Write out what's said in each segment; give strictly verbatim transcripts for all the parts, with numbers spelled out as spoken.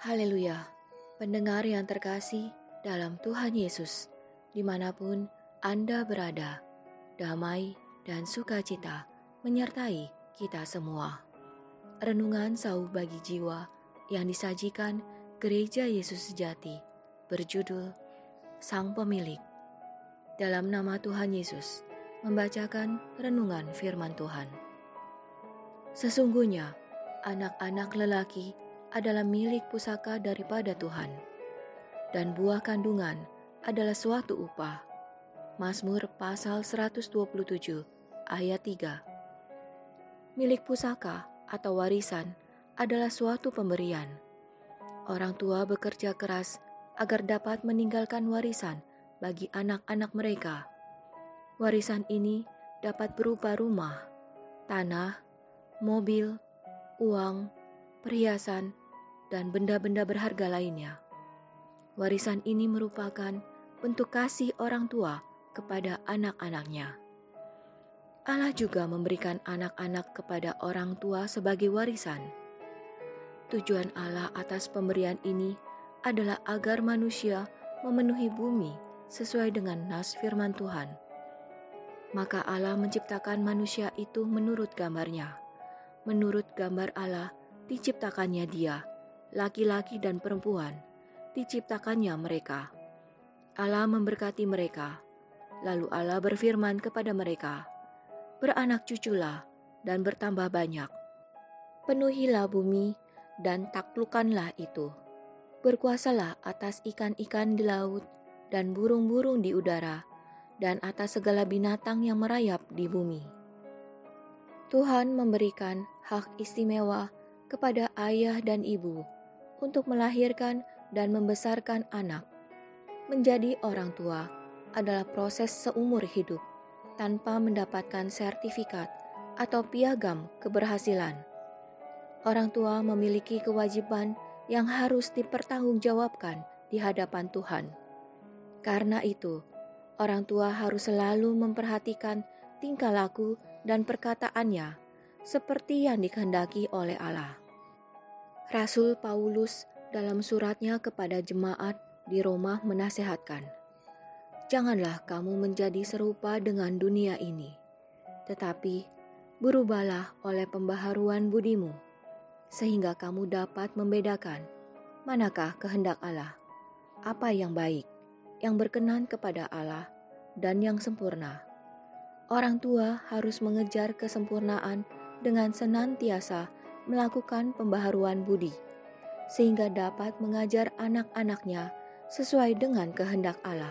Haleluya, pendengar yang terkasih dalam Tuhan Yesus, dimanapun Anda berada, damai dan sukacita menyertai kita semua. Renungan sauh bagi jiwa yang disajikan Gereja Yesus Sejati berjudul Sang Pemilik. Dalam nama Tuhan Yesus, membacakan renungan firman Tuhan. Sesungguhnya, anak-anak lelaki adalah milik pusaka daripada Tuhan, dan buah kandungan adalah suatu upah. Mazmur pasal seratus dua puluh tujuh ayat tiga. Milik pusaka atau warisan adalah suatu pemberian. Orang tua bekerja keras agar dapat meninggalkan warisan bagi anak-anak mereka. Warisan ini dapat berupa rumah, tanah, mobil, uang, perhiasan, dan benda-benda berharga lainnya. Warisan ini merupakan bentuk kasih orang tua kepada anak-anaknya. Allah juga memberikan anak-anak kepada orang tua sebagai warisan. Tujuan Allah atas pemberian ini adalah agar manusia memenuhi bumi sesuai dengan nas firman Tuhan. Maka Allah menciptakan manusia itu menurut gambarnya. Menurut gambar Allah diciptakannya dia, laki-laki dan perempuan, diciptakannya mereka. Allah memberkati mereka, lalu Allah berfirman kepada mereka, "Beranak cuculah dan bertambah banyak. Penuhilah bumi dan taklukkanlah itu. Berkuasalah atas ikan-ikan di laut dan burung-burung di udara, dan atas segala binatang yang merayap di bumi." Tuhan memberikan hak istimewa kepada ayah dan ibu untuk melahirkan dan membesarkan anak. Menjadi orang tua adalah proses seumur hidup tanpa mendapatkan sertifikat atau piagam keberhasilan. Orang tua memiliki kewajiban yang harus dipertanggungjawabkan di hadapan Tuhan. Karena itu, orang tua harus selalu memperhatikan tingkah laku dan perkataannya seperti yang dikehendaki oleh Allah. Rasul Paulus dalam suratnya kepada jemaat di Roma menasihatkan, "Janganlah kamu menjadi serupa dengan dunia ini, tetapi berubahlah oleh pembaharuan budimu, sehingga kamu dapat membedakan manakah kehendak Allah, apa yang baik, yang berkenan kepada Allah, dan yang sempurna." Orang tua harus mengejar kesempurnaan dengan senantiasa melakukan pembaharuan budi, sehingga dapat mengajar anak-anaknya sesuai dengan kehendak Allah.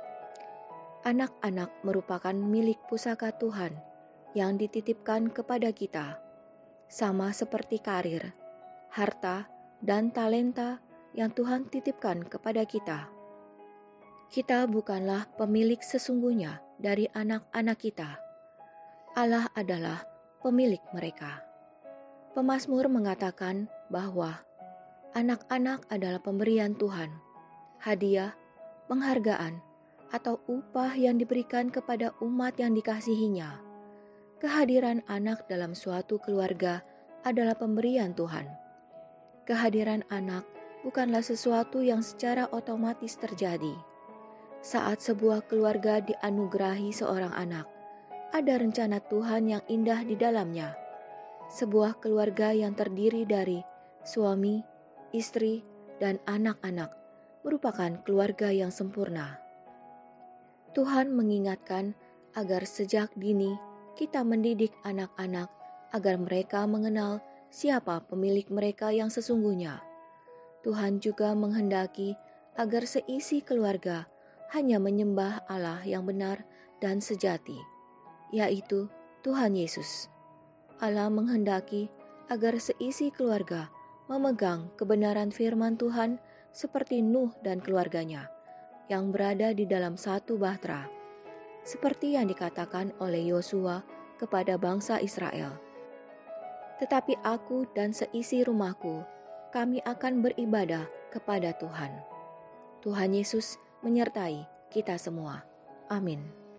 Anak-anak merupakan milik pusaka Tuhan yang dititipkan kepada kita, sama seperti karir, harta, dan talenta yang Tuhan titipkan kepada kita. Kita bukanlah pemilik sesungguhnya dari anak-anak kita. Allah adalah pemilik mereka. Pemazmur mengatakan bahwa anak-anak adalah pemberian Tuhan, hadiah, penghargaan, atau upah yang diberikan kepada umat yang dikasihinya. Kehadiran anak dalam suatu keluarga adalah pemberian Tuhan. Kehadiran anak bukanlah sesuatu yang secara otomatis terjadi. Saat sebuah keluarga dianugerahi seorang anak, ada rencana Tuhan yang indah di dalamnya. Sebuah keluarga yang terdiri dari suami, istri, dan anak-anak merupakan keluarga yang sempurna. Tuhan mengingatkan agar sejak dini kita mendidik anak-anak agar mereka mengenal siapa pemilik mereka yang sesungguhnya. Tuhan juga menghendaki agar seisi keluarga hanya menyembah Allah yang benar dan sejati, yaitu Tuhan Yesus. Allah menghendaki agar seisi keluarga memegang kebenaran firman Tuhan seperti Nuh dan keluarganya yang berada di dalam satu bahtera, seperti yang dikatakan oleh Yosua kepada bangsa Israel. "Tetapi aku dan seisi rumahku, kami akan beribadah kepada Tuhan." Tuhan Yesus menyertai kita semua. Amin.